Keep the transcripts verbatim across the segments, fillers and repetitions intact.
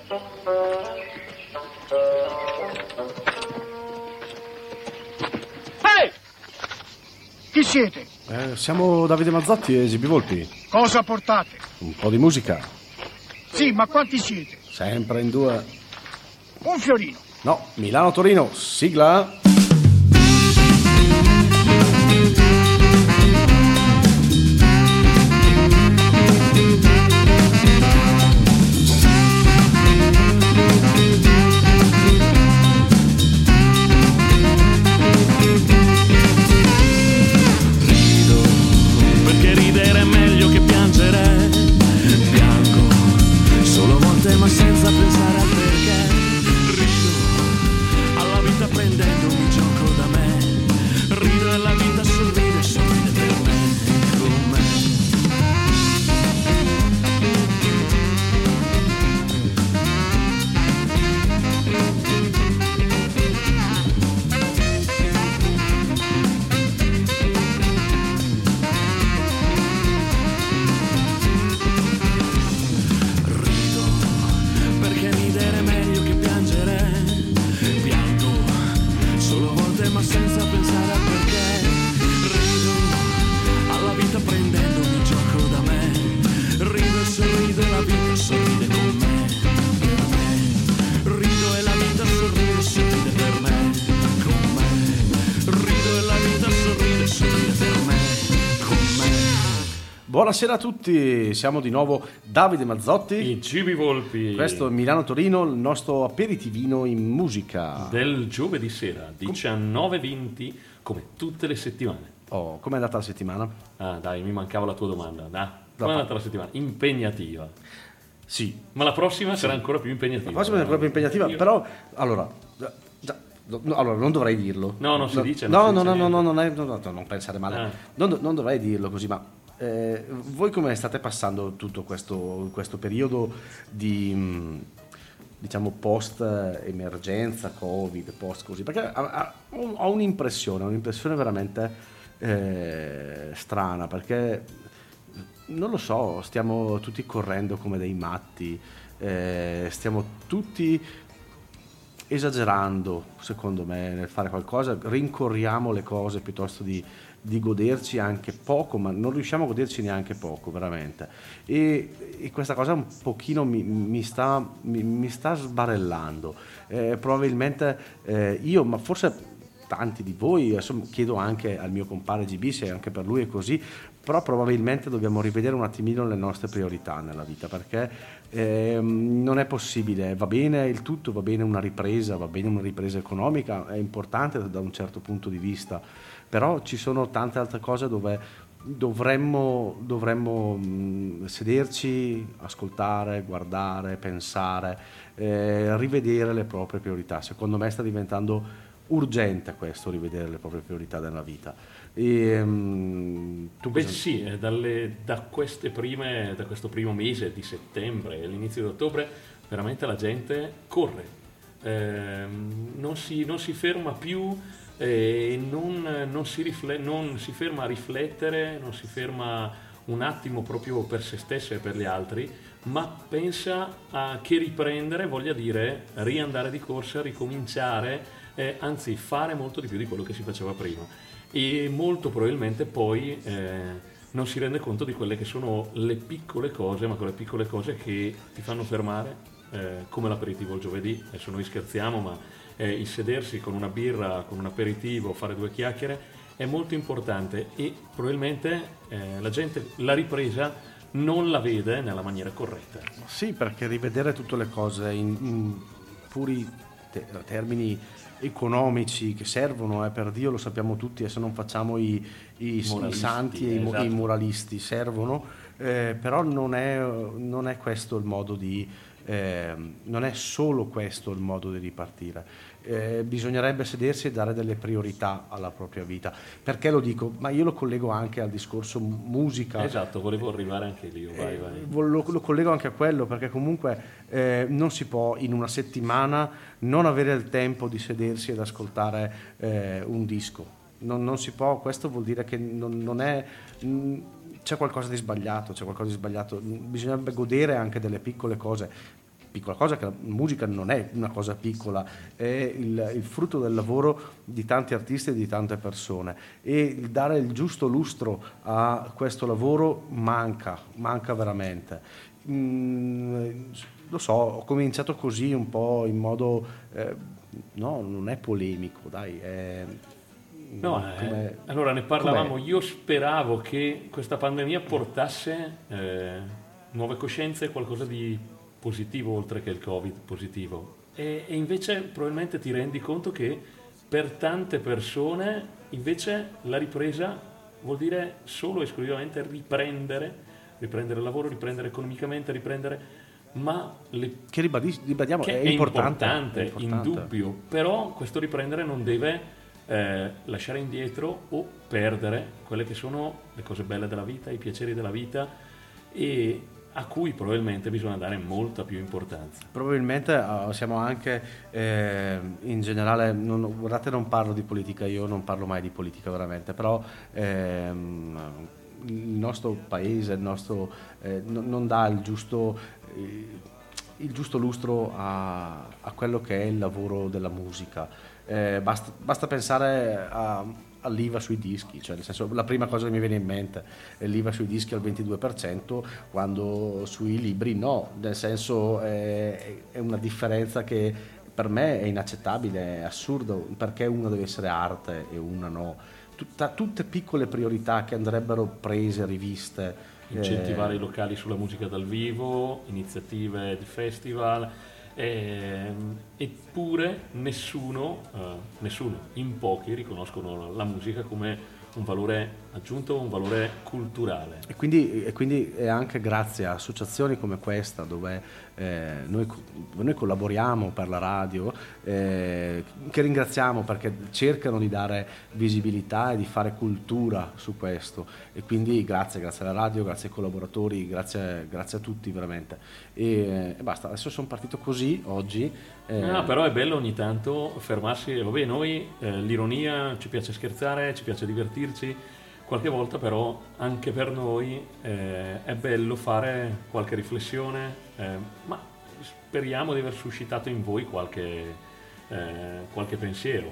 Ehi! Chi siete? Eh, siamo Davide Mazzotti e Gibi Volpi. Cosa portate? Un po' di musica. Sì, ma quanti siete? Sempre in due. Un fiorino. No, Milano-Torino, sigla. Ma senza pensare al perché rido alla vita prendendomi gioco da me, rido e la vita sorride, sorride per me, con me. Ma senza pensare al perché rido alla vita prendendomi gioco da me, rido e sorrido e la vita sorride con me, per me, rido e la vita sorride, sorride per me, con me, rido e la vita sorride, sorride per me, con me. Buonasera a tutti, siamo di nuovo Davide Mazzotti e Gibi Volpi. Questo è Milano-Torino, il nostro aperitivino in musica del giovedì sera, diciannove venti, come tutte le settimane. Oh, com'è andata la settimana? Ah, dai, mi mancava la tua domanda. Dai, com'è andata la settimana? Impegnativa. Sì. Ma la prossima sì. sarà ancora più impegnativa. La prossima sarà ancora più impegnativa, Io... però, allora... Già, no, allora, non dovrei dirlo. No, non si no, dice. No, non no, si no, dice no, no, non, è, no, no, non pensare male. Ah. Non, non dovrei dirlo così, ma... Eh, voi come state passando tutto questo, questo periodo di, diciamo, post emergenza Covid, post così? Perché ho un'impressione, un'impressione veramente eh, strana, perché non lo so, stiamo tutti correndo come dei matti, eh, stiamo tutti esagerando, secondo me, nel fare qualcosa, rincorriamo le cose piuttosto di di goderci anche poco, ma non riusciamo a goderci neanche poco, veramente. E, e questa cosa un pochino mi, mi, sta, mi, mi sta sbarellando. Eh, probabilmente eh, io, ma forse tanti di voi, insomma, chiedo anche al mio compare G B se anche per lui è così, però probabilmente dobbiamo rivedere un attimino le nostre priorità nella vita, perché eh, non è possibile, va bene il tutto, va bene una ripresa, va bene una ripresa economica, è importante da un certo punto di vista, però ci sono tante altre cose dove dovremmo, dovremmo mh, sederci, ascoltare, guardare, pensare, eh, rivedere le proprie priorità. Secondo me sta diventando urgente questo, rivedere le proprie priorità nella vita. E, um, tu Beh cosa... sì, dalle, da, queste prime, da questo primo mese di settembre all'inizio di ottobre veramente la gente corre, eh, non, si, non si ferma più, eh, non, non, si rifle- non si ferma a riflettere, non si ferma un attimo proprio per se stesso e per gli altri, ma pensa a che riprendere voglia dire riandare di corsa, ricominciare, eh, anzi fare molto di più di quello che si faceva prima. E molto probabilmente poi eh, non si rende conto di quelle che sono le piccole cose, ma quelle piccole cose che ti fanno fermare, eh, come l'aperitivo il giovedì. Adesso noi scherziamo, ma eh, il sedersi con una birra, con un aperitivo, fare due chiacchiere è molto importante e probabilmente eh, la gente la ripresa non la vede nella maniera corretta. Sì, perché rivedere tutte le cose in, in puri te- termini economici che servono, eh, per Dio, lo sappiamo tutti, e se non facciamo i, i, i santi e i, esatto. i moralisti servono, eh, però non è, non è questo il modo di eh, non è solo questo il modo di ripartire. Eh, bisognerebbe sedersi e dare delle priorità alla propria vita. Perché lo dico? Ma io lo collego anche al discorso musica. Esatto, volevo arrivare anche lì. Vai, vai. Eh, lo, lo collego anche a quello, perché comunque eh, non si può in una settimana non avere il tempo di sedersi ed ascoltare eh, un disco. Non, non si può, questo vuol dire che non, non è... Mh, c'è qualcosa di sbagliato, c'è qualcosa di sbagliato. Bisognerebbe godere anche delle piccole cose. piccola cosa, che la musica non è una cosa piccola, è il, il frutto del lavoro di tanti artisti e di tante persone, e il dare il giusto lustro a questo lavoro manca, manca veramente. Mm, lo so, ho cominciato così un po' in modo, eh, no, non è polemico, dai, è... No, eh, allora ne parlavamo, com'è? Io speravo che questa pandemia portasse eh, nuove coscienze, qualcosa di positivo oltre che il Covid positivo, e, e invece probabilmente ti rendi conto che per tante persone invece la ripresa vuol dire solo e esclusivamente riprendere, riprendere il lavoro, riprendere economicamente, riprendere, ma le, che ribadis- ribadiamo che è, è, importante, importante, è importante, indubbio, però questo riprendere non deve Eh, lasciare indietro o perdere quelle che sono le cose belle della vita, i piaceri della vita, e a cui probabilmente bisogna dare molta più importanza. Probabilmente uh, siamo anche eh, in generale, non, guardate, non parlo di politica, io non parlo mai di politica veramente, però ehm, il nostro paese, il nostro, eh, n- non dà il giusto, eh, il giusto lustro a, a quello che è il lavoro della musica. Eh, basta, basta pensare a, all'I V A sui dischi, cioè nel senso, la prima cosa che mi viene in mente è l'I V A sui dischi al ventidue per cento, quando sui libri no, nel senso è, è una differenza che per me è inaccettabile, è assurdo, perché una deve essere arte e una no. Tutta, tutte piccole priorità che andrebbero prese, riviste. Incentivare eh, i locali sulla musica dal vivo, iniziative di festival. Eh, eppure nessuno, eh, nessuno, in pochi riconoscono la musica come un valore aggiunto, un valore culturale. E quindi, e quindi è anche grazie a associazioni come questa, dove eh, noi, noi collaboriamo per la radio, eh, che ringraziamo perché cercano di dare visibilità e di fare cultura su questo, e quindi grazie, grazie alla radio, grazie ai collaboratori, grazie, grazie a tutti veramente. E, e basta, adesso sono partito così oggi. Eh. No, però è bello ogni tanto fermarsi, vabbè, noi eh, l'ironia, ci piace scherzare, ci piace divertirci, qualche volta però anche per noi eh, è bello fare qualche riflessione, eh, ma speriamo di aver suscitato in voi qualche, eh, qualche pensiero.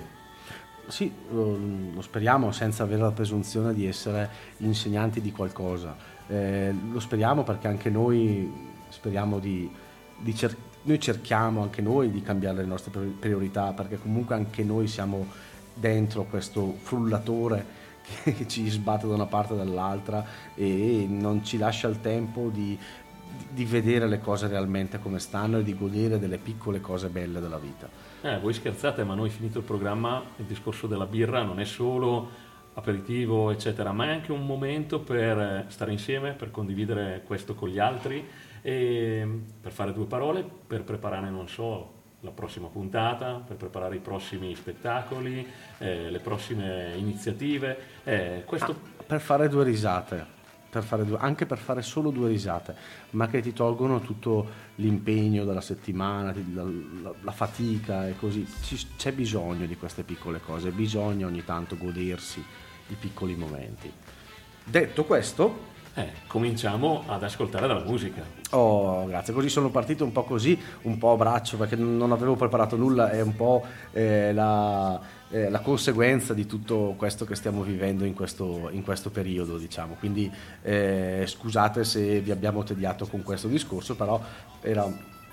Sì, lo, lo speriamo, senza avere la presunzione di essere insegnanti di qualcosa. Eh, lo speriamo perché anche noi speriamo di, di cercare. Noi cerchiamo anche noi di cambiare le nostre priorità, perché comunque anche noi siamo dentro questo frullatore che ci sbatte da una parte o dall'altra e non ci lascia il tempo di, di vedere le cose realmente come stanno e di godere delle piccole cose belle della vita. Eh, voi scherzate, ma noi, finito il programma, il discorso della birra non è solo aperitivo eccetera, ma è anche un momento per stare insieme, per condividere questo con gli altri, e per fare due parole, per preparare, non so, la prossima puntata, per preparare i prossimi spettacoli, eh, le prossime iniziative, eh, questo... ah, per fare due risate, per fare due, anche per fare solo due risate, ma che ti tolgono tutto l'impegno della settimana, la, la, la fatica e così. Ci, c'è bisogno di queste piccole cose, bisogna ogni tanto godersi i piccoli momenti. Detto questo, Eh, cominciamo ad ascoltare della musica. Oh, grazie. Così sono partito un po' così, un po' a braccio, perché non avevo preparato nulla, è un po' eh, la, eh, la conseguenza di tutto questo che stiamo vivendo in questo, in questo periodo, diciamo. Quindi eh, scusate se vi abbiamo tediato con questo discorso, però era,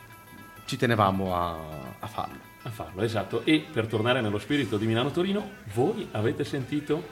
ci tenevamo a, a farlo. A farlo, esatto. E per tornare nello spirito di Milano Torino, voi avete sentito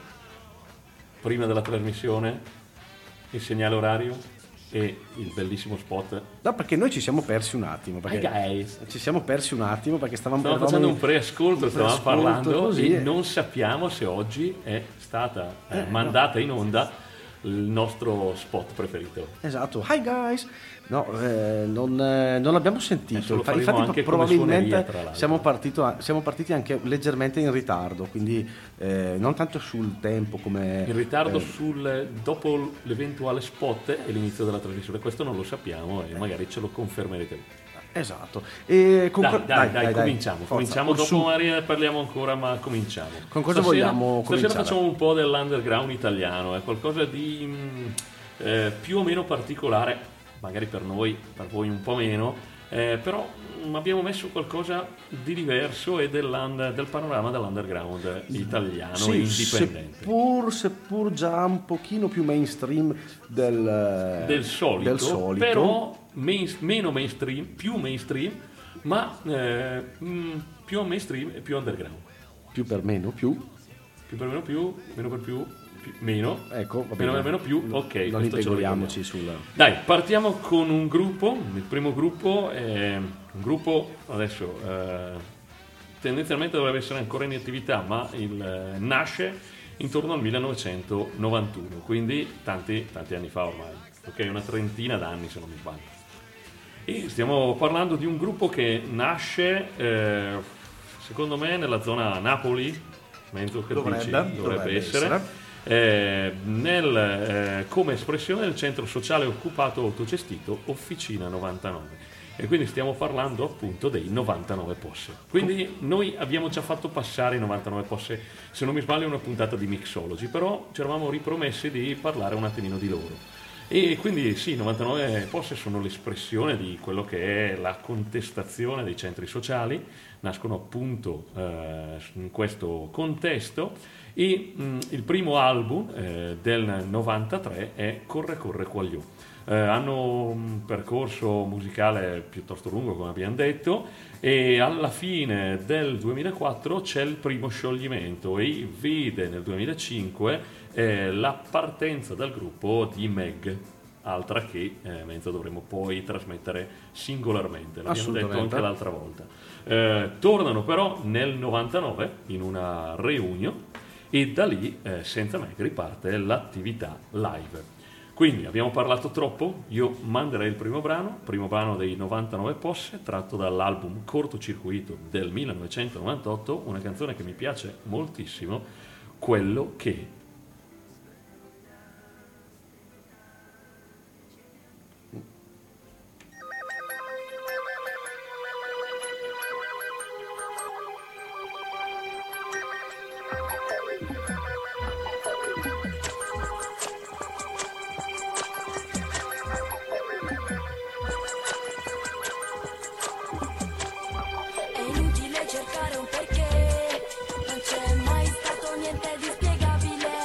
prima della trasmissione il segnale orario e il bellissimo spot? No, perché noi ci siamo persi un attimo. Perché Hi guys. Ci siamo persi un attimo perché stavamo, stavamo facendo un preascolto, un stavamo preascolto parlando così, e eh. non sappiamo se oggi è stata eh, Eh, mandata no. in onda il nostro spot preferito. Esatto, hi guys. No, eh, non, eh, non l'abbiamo sentito. Eh, Infatti, infatti infatti come probabilmente suoneria, tra l'altro. siamo, partito, siamo partiti anche leggermente in ritardo, quindi eh, non tanto sul tempo come... In ritardo eh, sul, dopo l'eventuale spot e l'inizio della trasmissione, questo non lo sappiamo e magari ce lo confermerete. Esatto. E con dai, co- dai, dai, dai, cominciamo. forza, cominciamo dopo su. Maria, parliamo ancora, ma cominciamo. Con cosa stasera, vogliamo stasera cominciare? facciamo un po' dell'underground italiano, è qualcosa di mh, eh, più o meno particolare, magari per noi, per voi un po' meno, eh, però mh, abbiamo messo qualcosa di diverso e dell'und- del panorama dell'underground italiano Sì, indipendente. Seppur, seppur già un pochino più mainstream del, Del solito, del solito. però main- meno mainstream, più mainstream, ma eh, mh, più mainstream e più underground. Più per meno, più. Più per meno più, meno per più, più meno. Ecco, va Meno bene. per meno più, ok. Non questo ce lo integriamoci ricordiamo. sulla... Dai, partiamo con un gruppo. Il primo gruppo è un gruppo, adesso, eh, tendenzialmente dovrebbe essere ancora in attività, ma il, eh, nasce intorno al millenovecentonovantuno, quindi tanti, tanti anni fa ormai, ok? Una trentina d'anni se non mi sbaglio. E stiamo parlando di un gruppo che nasce, eh, secondo me, nella zona Napoli, mezzo che Dovrebbe, dici, dovrebbe dovrebbe essere. essere. Eh, nel, eh, come espressione del centro sociale occupato autogestito Officina novantanove, e quindi stiamo parlando appunto dei novantanove Posse. Quindi noi abbiamo già fatto passare i novantanove Posse, se non mi sbaglio, una puntata di Mixology, però ci eravamo ripromessi di parlare un attimino di loro. E quindi sì, i novantanove Posse sono l'espressione di quello che è la contestazione dei centri sociali, nascono appunto eh, in questo contesto, e mh, il primo album eh, del novantatré è Corre Corre Quagliò. Eh, hanno un percorso musicale piuttosto lungo, come abbiamo detto, e alla fine del duemilaquattro c'è il primo scioglimento e vede nel duemilacinque eh, la partenza dal gruppo di Meg, altra che eh, mezzo dovremo poi trasmettere singolarmente, l'abbiamo detto anche l'altra volta. Eh, tornano però nel novantanove in una reunion e da lì eh, senza Meg riparte l'attività live. Quindi abbiamo parlato troppo, io manderei il primo brano, primo brano dei novantanove Posse, tratto dall'album Cortocircuito del millenovecentonovantotto, una canzone che mi piace moltissimo, Quello che... È inutile cercare un perché, non c'è mai stato niente di spiegabile.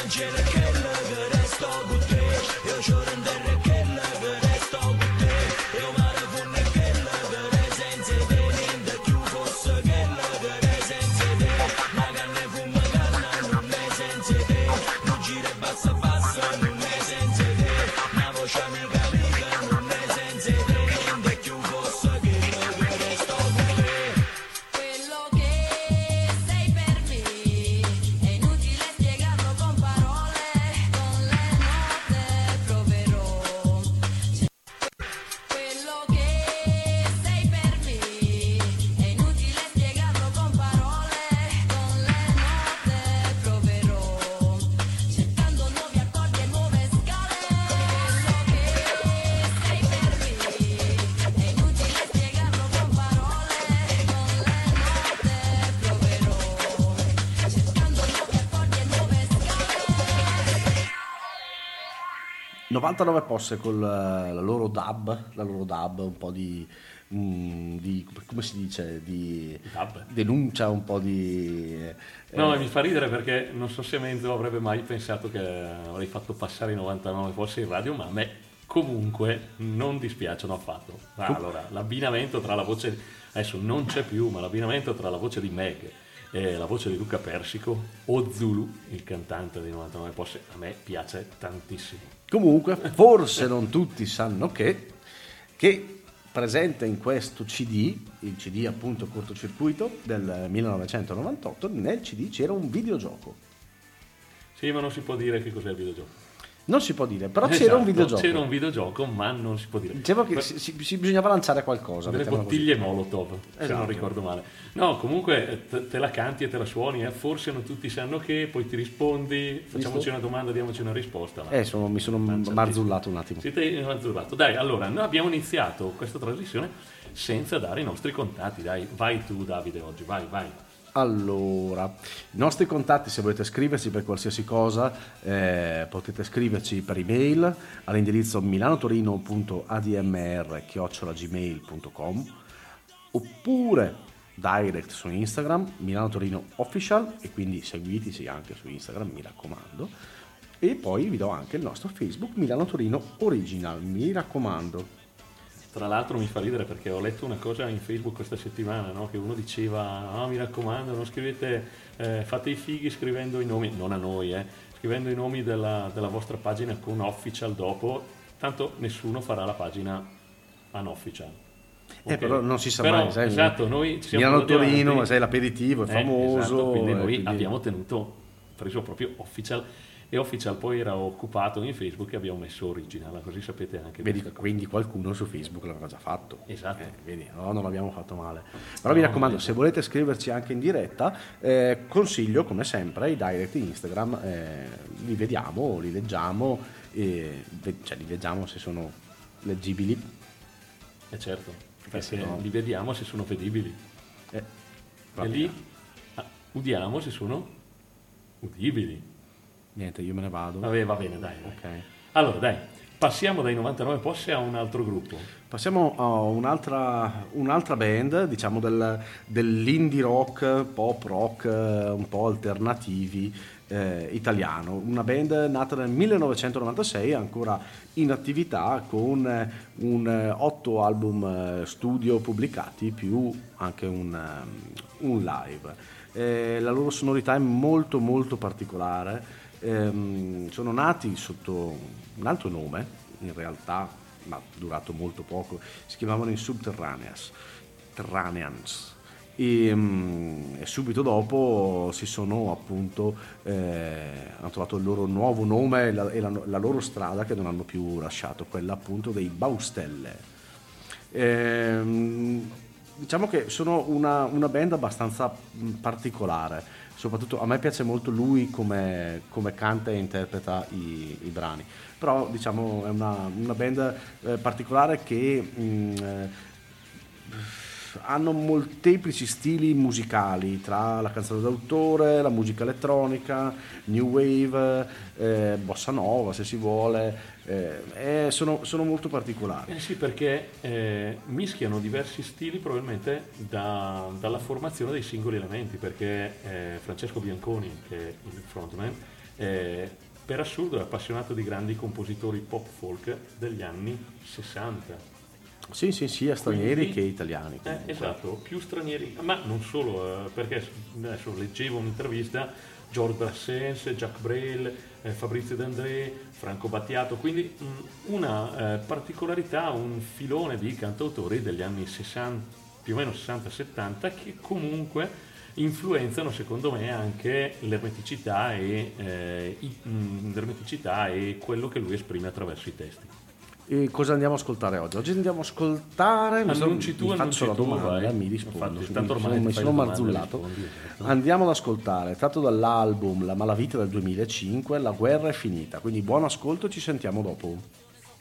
novantanove posse con la, la loro dub, la loro dub, un po' di, mm, di come si dice, di Dub. denuncia, un po' di... Eh, No, mi fa ridere perché non so se Menzo avrebbe mai pensato che avrei fatto passare i novantanove posse in radio, ma a me comunque non dispiacciono affatto. Ah, allora, l'abbinamento tra la voce, adesso non c'è più, ma l'abbinamento tra la voce di Meg e la voce di Luca Persico o Zulu, il cantante dei novantanove posse, a me piace tantissimo. Comunque, forse non tutti sanno che, che presente in questo C D, il C D appunto cortocircuito del millenovecentonovantotto, nel C D c'era un videogioco. Sì, ma non si può dire che cos'è il videogioco. Non si può dire, però Esatto, c'era un videogioco. C'era un videogioco, ma non si può dire. Dicevo che Per- si, si- si bisognava lanciare qualcosa. delle mettiamola così. bottiglie Molotov, se Esatto. non ricordo male. No, comunque te, te la canti e te la suoni, eh. Forse non tutti sanno che, poi ti rispondi, facciamoci una domanda, diamoci una risposta. ma- Eh, sono- mi sono Lanciati. marzullato un attimo. Siete mazzullato. Dai, allora, noi abbiamo iniziato questa trasmissione senza dare i nostri contatti. Dai, vai tu Davide oggi, vai, vai. Allora, i nostri contatti, se volete scriverci per qualsiasi cosa, eh, potete scriverci per email all'indirizzo milanotorino punto a d m r chiocciola gmail punto com oppure direct su Instagram, Milano Torino Official, e quindi seguiteci anche su Instagram, mi raccomando. E poi vi do anche il nostro Facebook, Milano Torino Original, mi raccomando. Tra l'altro mi fa ridere perché ho letto una cosa in Facebook questa settimana, no? Che uno diceva, no, mi raccomando, non scrivete, eh, fate i fighi scrivendo i nomi, non a noi, eh, scrivendo i nomi della, della vostra pagina con official dopo, tanto nessuno farà la pagina unofficial. Eh, Ok? però non si sa Però, mai, sai, esatto, noi ci siamo Milano portati Torino, avanti. sai, l'aperitivo è Eh, famoso. esatto, quindi eh, noi quindi- abbiamo tenuto, preso proprio official, e official poi era occupato in Facebook e abbiamo messo original, così sapete anche Vedi, questa cosa. quindi qualcuno su Facebook l'aveva già fatto. Esatto. Eh, vedi, no, non l'abbiamo fatto male. Però mi No, raccomando, vedi. se volete scriverci anche in diretta, eh, consiglio come sempre i direct Instagram, eh, li vediamo, li leggiamo, e, ve- cioè li leggiamo se sono leggibili. Eh certo, perché se no- li vediamo se sono vedibili. Eh, E lì ah, udiamo se sono udibili. Niente, io me ne vado. Vabbè, va bene, dai. dai. Ok. Allora, dai, passiamo dai novantanove posse a un altro gruppo. Passiamo a un'altra, un'altra band, diciamo del, dell'indie rock, pop rock, eh, un po' alternativi, eh, italiano. Una band nata nel millenovecentonovantasei, ancora in attività, con eh, un eh, otto album eh, studio pubblicati, più anche un, um, un live. Eh, la loro sonorità è molto molto particolare. Ehm, sono nati sotto un altro nome, in realtà, ma durato molto poco, si chiamavano i Subterraneans, Terraneans. E, mm, e subito dopo si sono appunto eh, hanno trovato il loro nuovo nome e, la, e la, la loro strada che non hanno più lasciato, quella appunto dei Baustelle. Ehm, diciamo che sono una, una band abbastanza mh, particolare, soprattutto a me piace molto lui come, come canta e interpreta i, i brani, però diciamo è una, una band eh, particolare che mh, eh, hanno molteplici stili musicali, tra la canzone d'autore, la musica elettronica, new wave, eh, bossa nova se si vuole, eh, e sono, sono molto particolari. Eh sì, perché eh, mischiano diversi stili probabilmente da- dalla formazione dei singoli elementi, perché eh, Francesco Bianconi, che è il frontman, eh, per assurdo è appassionato di grandi compositori pop folk degli anni sessanta. Sì, sì, sia stranieri Quindi, che italiani. Eh, esatto, più stranieri, ma non solo, eh, perché adesso leggevo un'intervista, Georges Brassens, Jacques Brel, eh, Fabrizio D'André, Franco Battiato, quindi mh, una eh, particolarità, un filone di cantautori degli anni sessanta, più o meno sessanta settanta, che comunque influenzano secondo me anche l'ermeticità e, eh, i, mh, l'ermeticità e quello che lui esprime attraverso i testi. E cosa andiamo a ascoltare oggi? Oggi andiamo a ascoltare, annunci mi, tu, mi faccio la tu, domanda, vai. mi rispondo, Infatti, tanto mi ormai sono, mi ti fai sono le domande, marzullato. rispondi, esatto. Andiamo ad ascoltare, tratto dall'album La Malavita del duemilacinque, La guerra è finita, quindi buon ascolto, ci sentiamo dopo.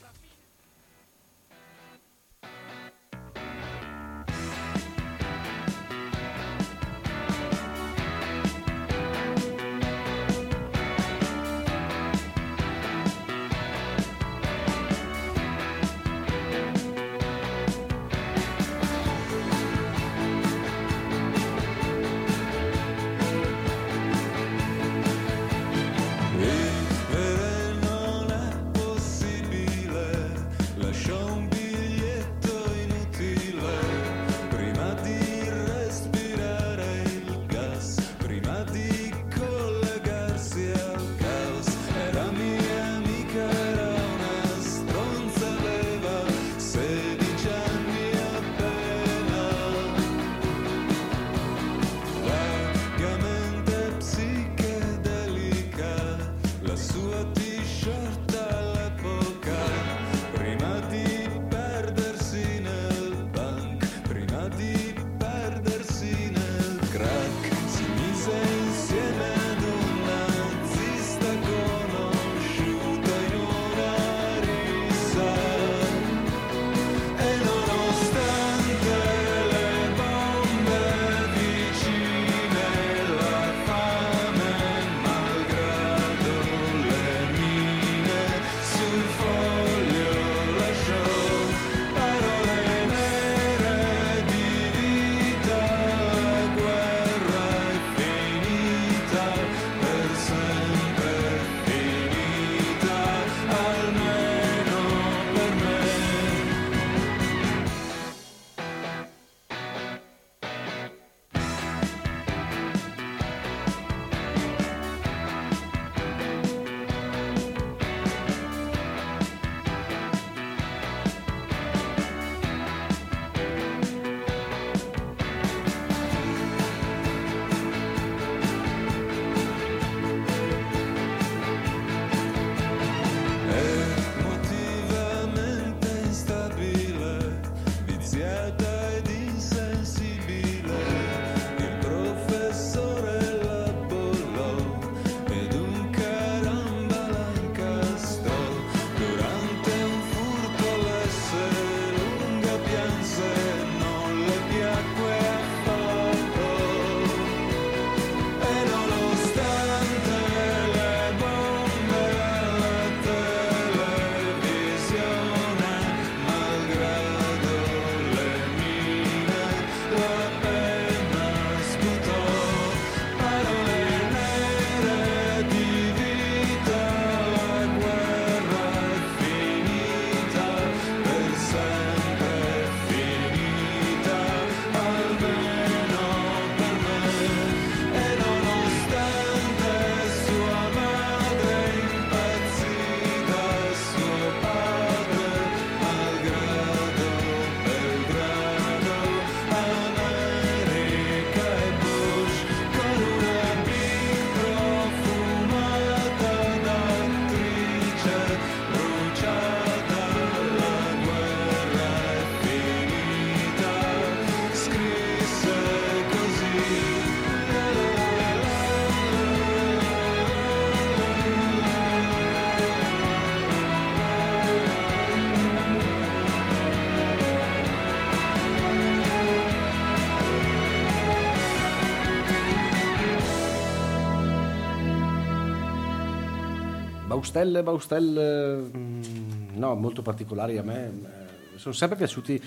Baustelle, Baustelle, no, molto particolari a me, sono sempre piaciuti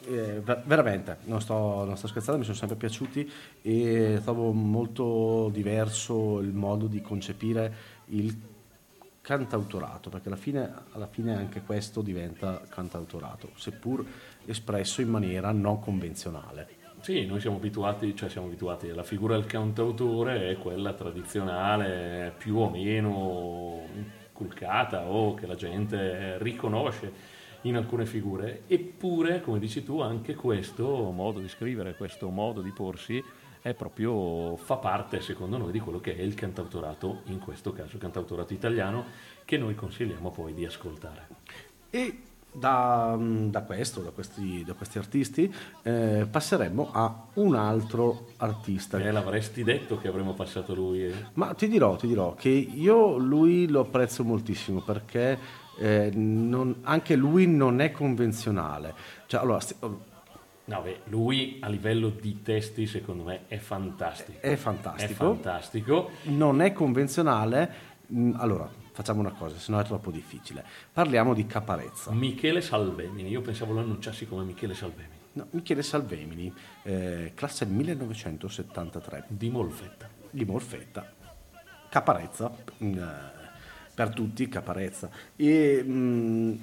eh, veramente, non sto, non sto scherzando, mi sono sempre piaciuti e trovo molto diverso il modo di concepire il cantautorato, perché alla fine, alla fine anche questo diventa cantautorato, seppur espresso in maniera non convenzionale. Sì, noi siamo abituati, cioè siamo abituati, la figura del cantautore è quella tradizionale, più o meno inculcata o che la gente riconosce in alcune figure, eppure, come dici tu, anche questo modo di scrivere, questo modo di porsi è proprio, fa parte secondo noi di quello che è il cantautorato, in questo caso il cantautorato italiano, che noi consigliamo poi di ascoltare. E Da, da questo, da questi, da questi artisti, eh, passeremmo a un altro artista. Eh, l'avresti detto che avremmo passato lui? Eh? Ma ti dirò, ti dirò che io lui lo apprezzo moltissimo perché eh, non, anche lui non è convenzionale. Cioè, allora, st- No, beh, lui a livello di testi secondo me è fantastico. È fantastico. È fantastico. Non è convenzionale. Allora, facciamo una cosa, se no è troppo difficile. Parliamo di Caparezza. Michele Salvemini, io pensavo lo annunciassi come Michele Salvemini. No, Michele Salvemini, eh, classe millenovecentosettantatré. Di Molfetta. Di Molfetta. Caparezza, eh, per tutti Caparezza. E mh,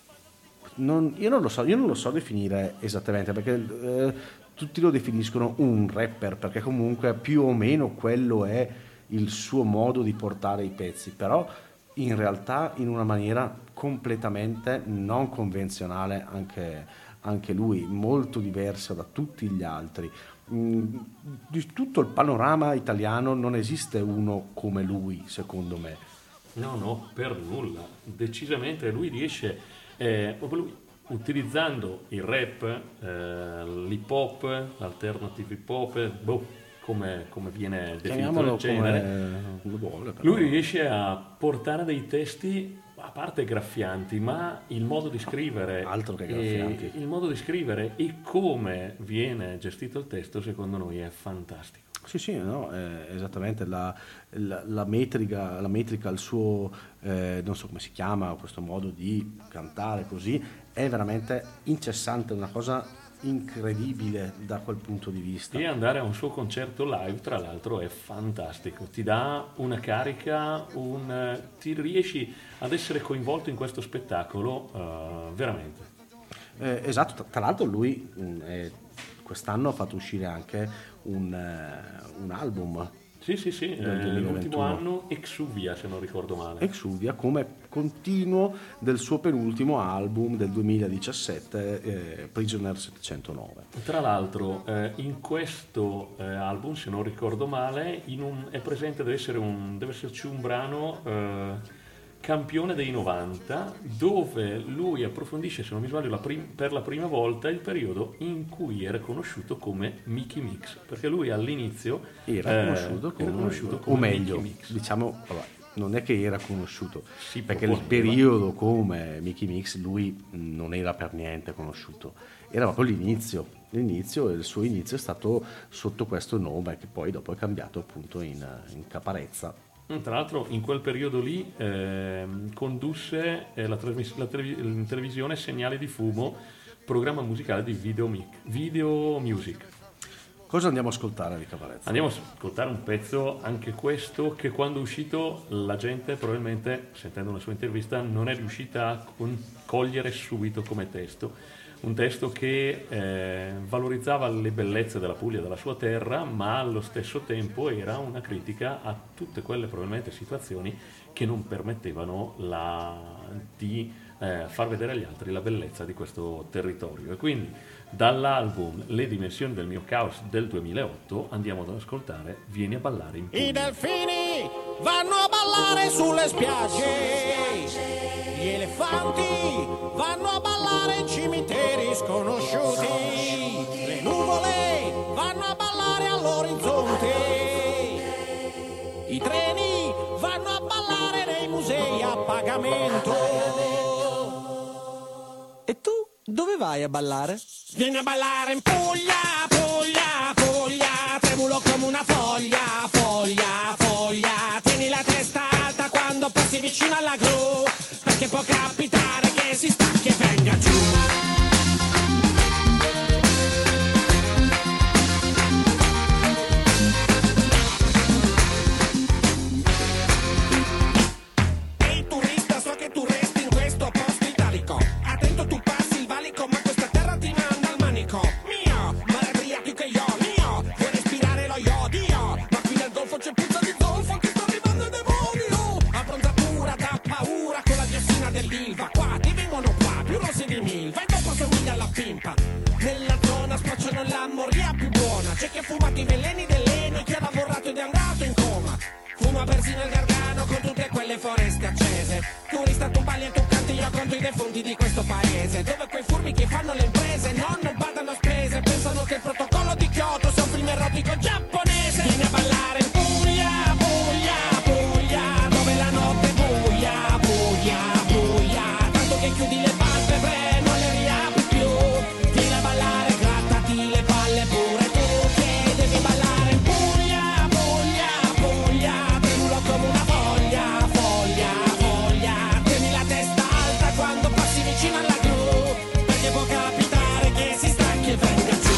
non, io non lo so, io non lo so definire esattamente, perché eh, tutti lo definiscono un rapper, perché comunque più o meno quello è il suo modo di portare i pezzi, però in realtà in una maniera completamente non convenzionale, anche, anche lui, molto diversa da tutti gli altri. Mm, di tutto il panorama italiano non esiste uno come lui, secondo me. No, no, per nulla. Decisamente lui riesce, eh, proprio lui, utilizzando il rap, eh, l'hip hop, l'alternative hip hop, boh, Come, come viene definito il genere, come vuole, però. Lui riesce a portare dei testi, a parte graffianti, ma il modo di scrivere, altro che graffianti. il modo di scrivere e come viene gestito il testo, secondo noi è fantastico. Sì, sì, no, eh, esattamente, la, la, la metrica, la metrica, il suo, eh, non so come si chiama, questo modo di cantare così, è veramente incessante, una cosa incredibile da quel punto di vista. E andare a un suo concerto live, tra l'altro, è fantastico, ti dà una carica, un, ti riesci ad essere coinvolto in questo spettacolo uh, veramente. Eh, esatto, tra l'altro lui mh, eh, quest'anno ha fatto uscire anche un, eh, un album. Sì, sì, sì, eh, l'ultimo anno Exuvia, se non ricordo male. Exuvia come continuo del suo penultimo album del duemiladiciassette, eh, Prisoner settecentonove. Tra l'altro, eh, in questo eh, album, se non ricordo male, in un, è presente, deve, essere un, deve esserci un brano eh, campione dei novanta, dove lui approfondisce, se non mi sbaglio, la prim- per la prima volta il periodo in cui era conosciuto come Mickey Mix, perché lui all'inizio era eh, conosciuto come, era conosciuto come o meglio, Mickey Mix. diciamo, vabbè, non è che era conosciuto, Si perché il periodo come Mickey Mix lui non era per niente conosciuto, era proprio l'inizio, l'inizio e il suo inizio è stato sotto questo nome che poi dopo è cambiato appunto in, in Caparezza. Tra l'altro in quel periodo lì eh, condusse eh, la, trasmiss- la televis- in televisione Segnali di Fumo, programma musicale di Video, Mic- Video Music. Cosa andiamo a ascoltare di Caparezza? Andiamo a ascoltare un pezzo, anche questo, che quando è uscito la gente probabilmente, sentendo una sua intervista, non è riuscita a con- cogliere subito come testo. Un testo che eh, valorizzava le bellezze della Puglia, della sua terra, ma allo stesso tempo era una critica a tutte quelle probabilmente situazioni che non permettevano la, di eh, far vedere agli altri la bellezza di questo territorio. E quindi dall'album Le dimensioni del mio caos del duemilaotto andiamo ad ascoltare Vieni a ballare in Puglia. I delfini vanno a ballare sulle spiagge, gli elefanti vanno a ballare in cimiteri sconosciuti, le nuvole vanno a ballare all'orizzonte, i treni vanno a ballare nei musei a pagamento. E tu dove vai a ballare? Vieni a ballare in Puglia, Puglia, Puglia, tremulo come una foglia, foglia, foglia, tieni la testa alta quando passi vicino alla gru, perché può capitare che si stacchi e venga giù. C'è chi ha fumato i veleni dell'Eni, chi ha lavorato ed è andato in coma. Fuma persino il Gargano con tutte quelle foreste accese. Turista, tu balli e tu canti, io conto i defunti di questo paese, dove quei furbi che fanno le imprese non badano a spese, pensano che il protocollo di Kyoto sia un film erotico giapponese. Vieni a ballare in Puglia, Puglia, Puglia, dove la notte è buia, buia, buia, tanto che chiudi le palpebre non le riapri più. Vieni a ballare, grattati le palle pure tu, che devi ballare in Puglia, Puglia, Puglia, tremulo come una foglia, foglia, foglia, tieni la testa alta quando passi vicino alla gru, perché può capitare che si stanchi e venga giù.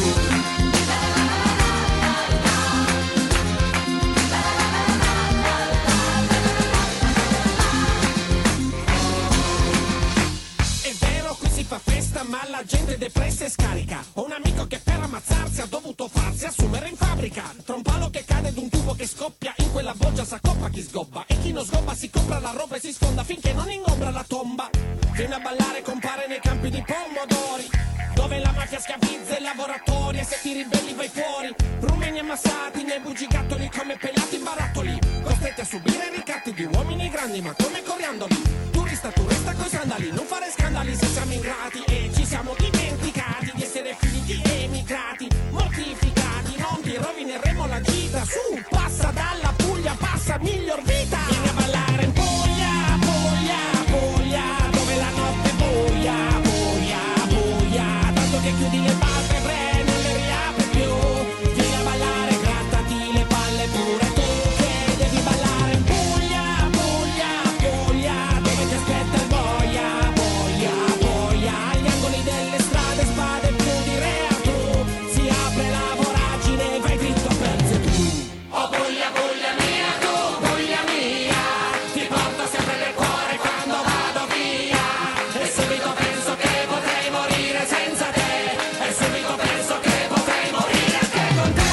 È vero, qui si fa festa, ma la gente è depressa e scarica. Ho un amico che per ammazzarsi ha dovuto farsi assumere in fabbrica. Tra un palo che cade ed un tubo che scoppia, in quella bolgia s'accoppa chi sgobba, e chi non sgobba si compra la roba e si sfonda finché non ingombra la tomba. Vieni a ballare, compare nei campi di pomodori, dove la mafia schiavizza i lavoratori, e se ti ribelli vai fuori. Rumeni ammassati nei bugigattoli come pelati in barattoli, costretti a subire ricatti di uomini grandi ma come coriandoli. Turista, turista coi sandali, non fare scandali se siamo ingrati, e ci siamo dimenticati di essere figli di emigrati, mortificati, non ti rovineremo la gita. Su, passa dalla Puglia, passa miglior vita. Vieni a ballare in Puglia, Puglia, Puglia, dove la notte è buia, buia, buia, tanto che chiudi le palpebre non le riapri più. Vieni a ballare, grattati le palle pure tu, che devi ballare in Puglia, Puglia, Puglia, dove ti aspetta il boia, boia, boia, agli angoli delle strade spade più di reatù, si apre la voragine e vai dritto a Belzebù. Oh Puglia, Puglia mia, tu Puglia mia, ti porto sempre nel cuore quando vado via, e subito penso che potrei morire senza te, e subito penso che potrei morire anche con te.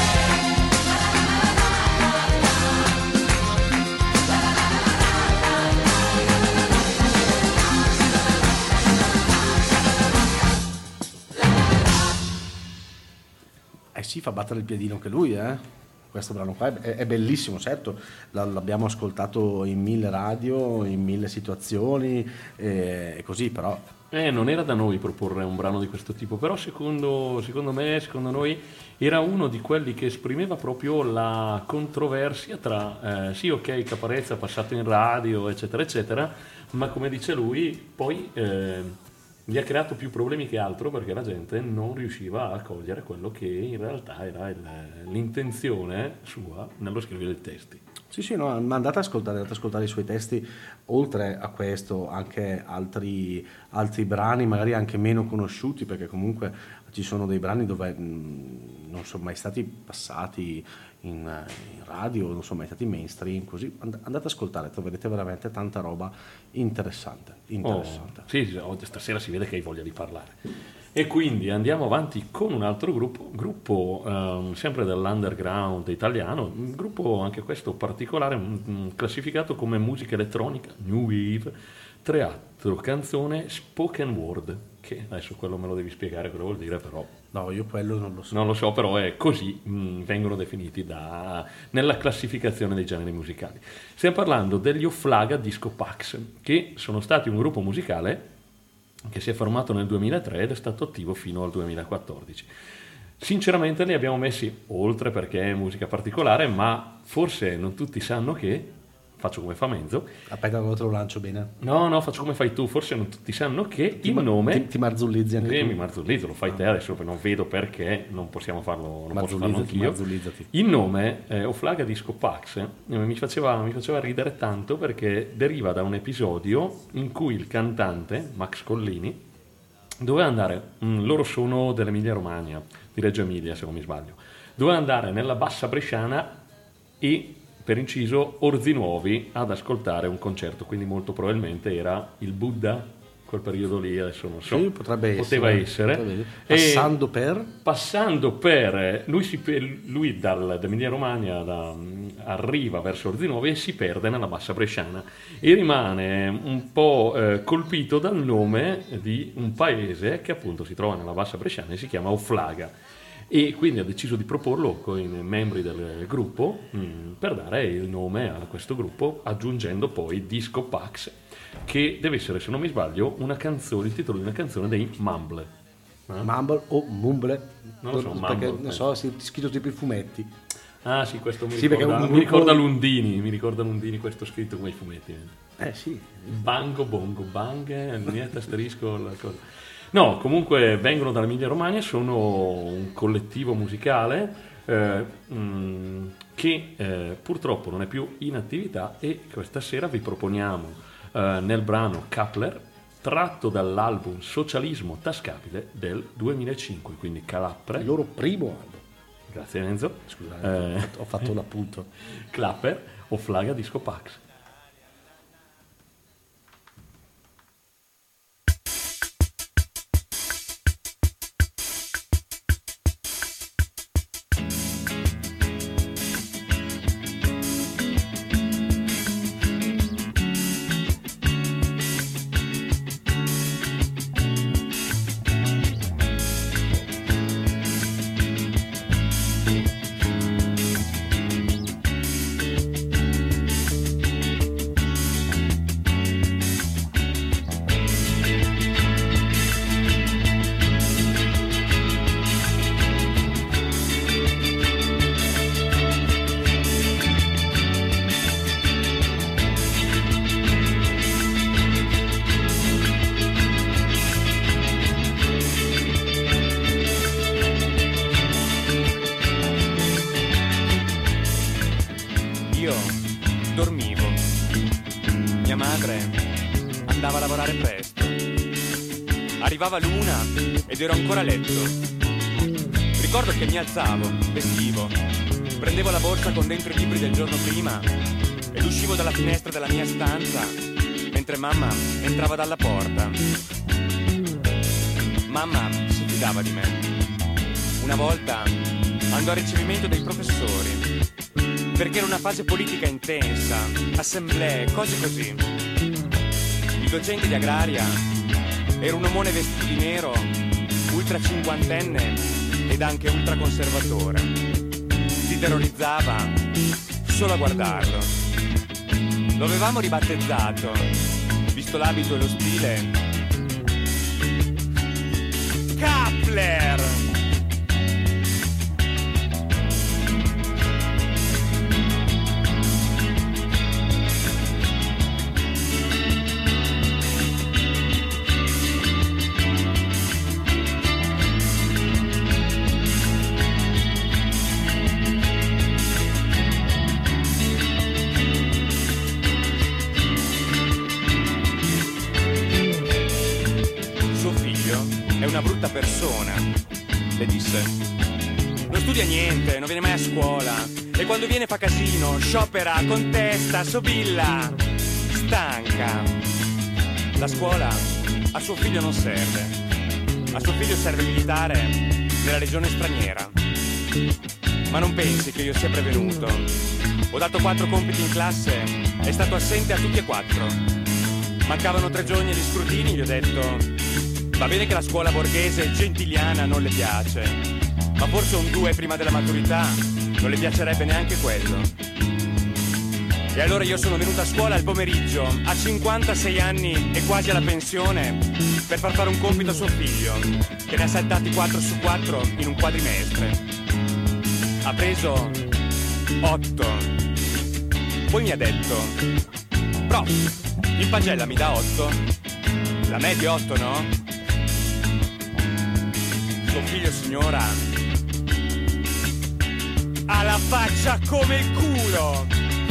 Eh sì, fa battere il piedino anche lui, eh. Questo brano qua è, è bellissimo, certo, l- l'abbiamo ascoltato in mille radio, in mille situazioni, e, e così, però Eh, non era da noi proporre un brano di questo tipo, però secondo, secondo me, secondo noi, era uno di quelli che esprimeva proprio la controversia tra, eh, sì ok, Caparezza passato in radio, eccetera, eccetera, ma come dice lui, poi eh, gli ha creato più problemi che altro perché la gente non riusciva a cogliere quello che in realtà era il- l'intenzione sua nello scrivere i testi. sì, sì, no, ma andate ad ascoltare, andate ad ascoltare i suoi testi, oltre a questo anche altri, altri brani, magari anche meno conosciuti, perché comunque ci sono dei brani dove mh, non sono mai stati passati in, in radio, non sono mai stati mainstream, così And- andate ad ascoltare, troverete veramente tanta roba interessante. interessante. Oh, sì, sì, oh, stasera si vede che hai voglia di parlare. E quindi andiamo avanti con un altro gruppo, gruppo ehm, sempre dell'underground italiano, un gruppo anche questo particolare, mm, mm, classificato come musica elettronica, new wave, teatro, canzone, spoken word, che adesso quello me lo devi spiegare cosa vuol dire, però No, io quello non lo so. non lo so, però è così, mh, vengono definiti da, nella classificazione dei generi musicali. Stiamo parlando degli Oflaga Disco Pax, che sono stati un gruppo musicale che si è formato nel duemilatré ed è stato attivo fino al duemilaquattordici. Sinceramente li abbiamo messi oltre perché è musica particolare, ma forse non tutti sanno che, faccio come fa Menzo, Aspetta, che te lo lancio bene. no, no, faccio come fai tu, forse non tutti sanno che Ti il ma- nome... Ti, ti marzulizzi anche Sì, tu. mi marzulizzo, lo fai te adesso, non vedo perché non possiamo farlo, non posso farlo Marzulizzati, anch'io. marzulizzati. Il nome eh, Oflaga Disco Pax eh, mi, faceva, mi faceva ridere tanto perché deriva da un episodio in cui il cantante Max Collini doveva andare, mh, loro sono dell'Emilia Romagna, di Reggio Emilia se non mi sbaglio, doveva andare nella bassa bresciana e per inciso Orzinuovi ad ascoltare un concerto, quindi molto probabilmente era il Buddha, quel periodo lì, adesso non so, Sì, potrebbe poteva essere. essere. Potrebbe- E Passando per... passando per lui, si, lui dal, dall'Emilia Romagna da, arriva verso Orzinuovi e si perde nella bassa bresciana e rimane un po' eh, colpito dal nome di un paese che appunto si trova nella bassa bresciana e si chiama Oflaga. e quindi ha deciso di proporlo con i membri del gruppo mh, per dare il nome a questo gruppo, aggiungendo poi Disco Pax, che deve essere, se non mi sbaglio, una canzone, il titolo di una canzone dei Mumble. Eh? Mumble o Mumble? Non lo so, perché Mumble, non so, si scritto tipo i fumetti. Ah sì, questo mi sì, ricorda, un mi gruppo... ricorda Lundini, mi ricorda Lundini questo scritto come i fumetti. Eh sì. Bango, bongo, bang, niente asterisco, la cosa. No, comunque vengono dall'Emilia Romagna, sono un collettivo musicale eh, mh, che eh, purtroppo non è più in attività, e questa sera vi proponiamo eh, nel brano Kappler, tratto dall'album Socialismo Tascabile del duemilacinque, quindi Clapper. Il loro primo album. Grazie Enzo. Scusate, eh, ho fatto un appunto. Clapper o Flaga Disco Pax. Arrivava l'una ed ero ancora a letto. Ricordo che mi alzavo, vestivo, prendevo la borsa con dentro i libri del giorno prima ed uscivo dalla finestra della mia stanza mentre mamma entrava dalla porta. Mamma si fidava di me. Una volta andò a ricevimento dei professori perché era una fase politica intensa, assemblee, cose così. Il docente di agraria era un omone vestito di nero, ultra cinquantenne ed anche ultra conservatore. Ti terrorizzava solo a guardarlo. Lo avevamo ribattezzato, visto l'abito e lo stile, Kappler! Persona, le disse. Non studia niente, non viene mai a scuola e quando viene fa casino, sciopera, contesta, sobilla, stanca. La scuola a suo figlio non serve. A suo figlio serve militare nella legione straniera. Ma non pensi che io sia prevenuto. Ho dato quattro compiti in classe, è stato assente a tutti e quattro. Mancavano tre giorni agli scrutini, gli ho detto: va bene che la scuola borghese gentiliana non le piace, ma forse un due prima della maturità non le piacerebbe neanche quello. E allora io sono venuta a scuola al pomeriggio, a cinquantasei anni e quasi alla pensione, per far fare un compito a suo figlio, che ne ha saltati quattro su quattro in un quadrimestre. Ha preso otto. Poi mi ha detto: prof, in pagella mi dà otto? La media è otto, no? Suo figlio, signora, ha la faccia come il culo.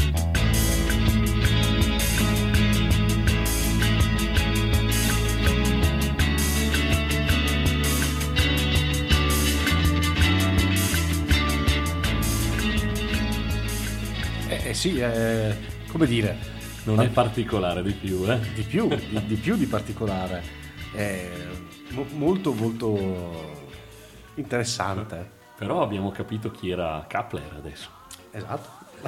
Eh, eh sì, eh, come dire, non è particolare di più, eh? Di più, di, di più di particolare. È mo- molto, molto interessante. Però abbiamo capito chi era Kappler adesso. Esatto.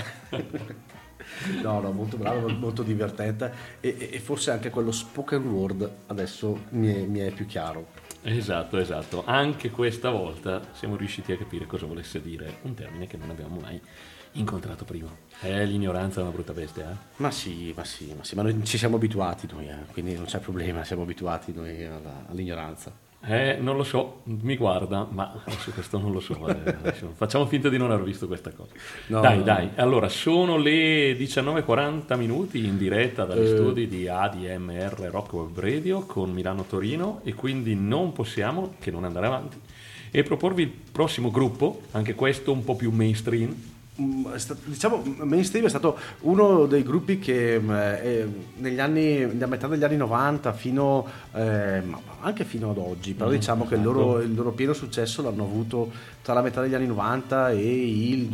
No, no, molto bravo, molto divertente e, e forse anche quello spoken word adesso mi è, mi è più chiaro. Esatto, esatto. Anche questa volta siamo riusciti a capire cosa volesse dire un termine che non abbiamo mai incontrato prima. Eh, l'ignoranza è una brutta bestia, eh? Ma sì, ma sì, ma sì, ma noi ci siamo abituati noi, eh, quindi non c'è problema, siamo abituati noi alla- all'ignoranza. Eh, non lo so, mi guarda, ma su questo non lo so. eh, adesso facciamo finta di non aver visto questa cosa. No, dai, no, dai. Allora, sono le diciannove e quaranta minuti in diretta dagli Eh. studi di A D M R Rock Web Radio con Milano Torino e quindi non possiamo che non andare avanti e proporvi il prossimo gruppo, anche questo un po' più mainstream. Mm, è stato- diciamo Mainstream è stato uno dei gruppi che mm, eh, negli anni a metà degli anni novanta fino eh, ma anche fino ad oggi, però Mm, diciamo che il esatto. loro, il loro pieno successo l'hanno avuto tra la metà degli anni novanta e il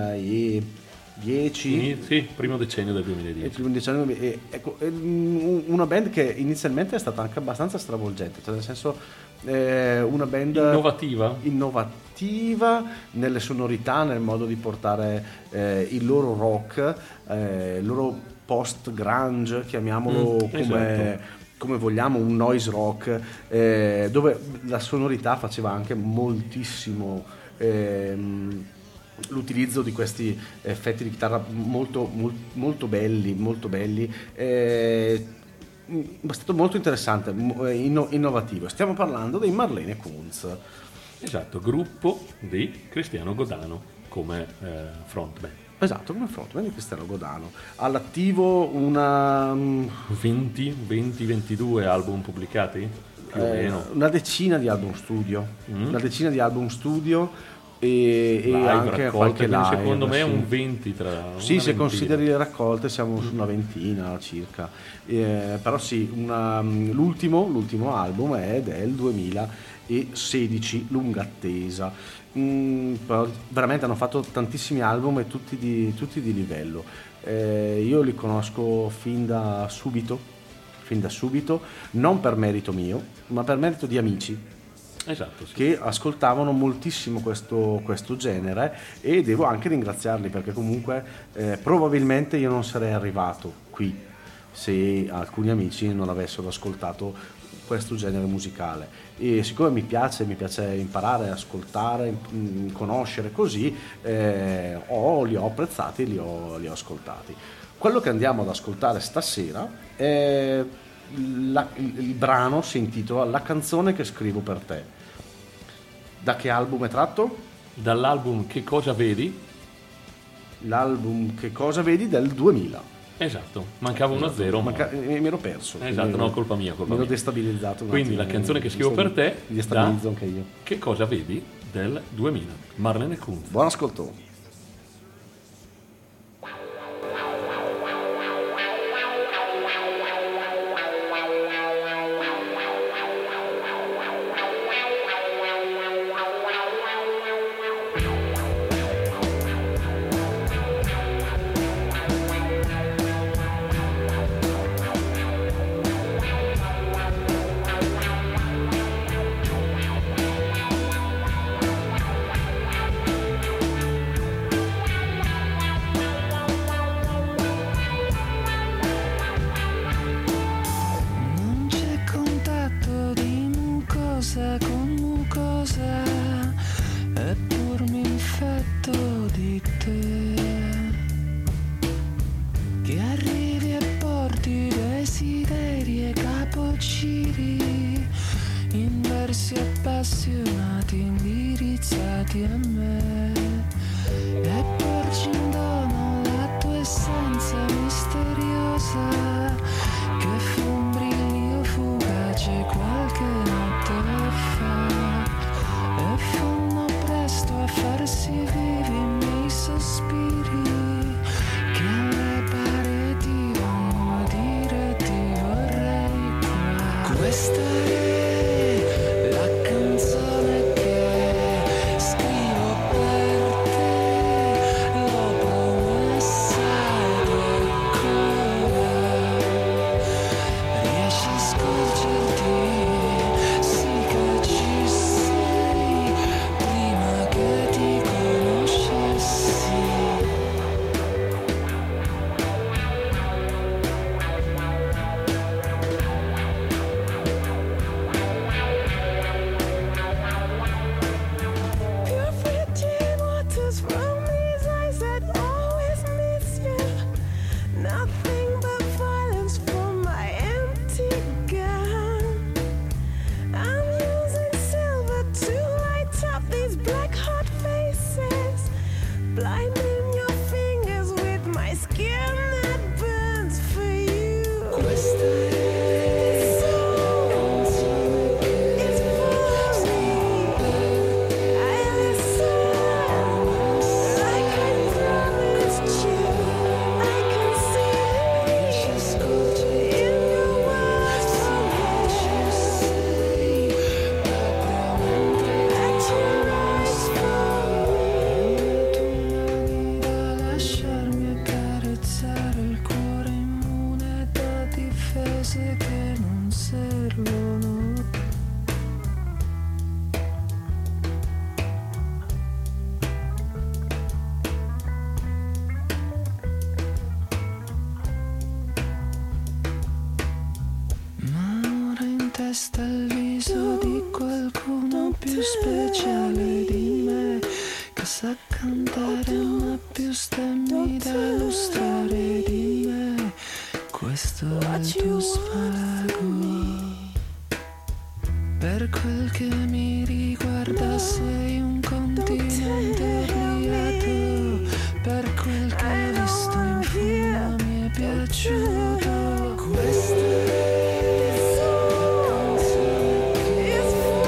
duemiladieci. Ini- sì, primo decennio del E duemiladieci. più diciamo, e- ecco, è un- una band che inizialmente è stata anche abbastanza stravolgente, cioè nel senso eh, una band Innovativa? innovativa nelle sonorità, nel modo di portare eh, il loro rock, eh, il loro post grunge, chiamiamolo Mm, come, esatto. come vogliamo, un noise rock, eh, dove la sonorità faceva anche moltissimo ehm, l'utilizzo di questi effetti di chitarra molto, mol- molto belli, molto belli. eh, è stato molto interessante, mo- eh, inno- innovativo. Stiamo parlando dei Marlene Kunz. Esatto, gruppo di Cristiano Godano come eh, frontman. Esatto, come frontman di Cristiano Godano. All'attivo una, mm, venti, venti, ventidue album pubblicati? Più o eh, meno. una decina di album studio. Mm. Una decina di album studio e, e Live, anche raccolte, qualche quindi live. secondo me sì. un venti tra Sì, una se ventina. consideri le raccolte siamo su una ventina circa. Eh, però sì, una- l'ultimo, l'ultimo album è del duemilasedici, lunga attesa. Mm, però veramente hanno fatto tantissimi album e tutti di, tutti di livello. Eh, io li conosco fin da subito, fin da subito, non per merito mio, ma per merito di amici Esatto, sì. che ascoltavano moltissimo questo, questo genere, e devo anche ringraziarli perché comunque eh, probabilmente io non sarei arrivato qui se alcuni amici non avessero ascoltato questo genere musicale, e siccome mi piace, mi piace imparare, ascoltare, mh, conoscere così, eh, ho- li ho apprezzati e li ho, li ho ascoltati. Quello che andiamo ad ascoltare stasera è la- il, il brano si intitola La canzone che scrivo per te. Da che album è tratto? Dall'album Che cosa vedi? L'album Che cosa vedi del duemila. Esatto, mancava uno zero. ma- Manca- eh, mi ero perso. Esatto, quindi no, colpa mia, colpa mi ero mia. destabilizzato. un Quindi attimo, la canzone che mi scrivo sto- per te Mi destabilizzo da- anche io. Che cosa vedi del duemila? Marlene Kunz. Buon ascolto. Non c'è contatto di mucosa con mucosa, eppur mi infetto di te. Che arrivi e porti desideri e capogiri in versi appassionati indirizzati a me, e porgi in dono la tua essenza misteriosa, che fu un brillo fugace qualche notte fa, e fanno presto a farsi vivi i miei sospiri, che alle pareti vanno a dire ti vorrei qua. Questa è la canzone che scrivo per te, l'ho promessa ed eccola. Riesci a scorgerti, sì che ci sei, prima che ti conoscessi. testa il viso di qualcuno più speciale di me, che sa cantare ma più stemmi da lustrare di me. Questo è il tuo spago. Per quel che mi riguarda sei un continente obliato. Per quel che ho visto in film mi è piaciuto. Questo è la canzone che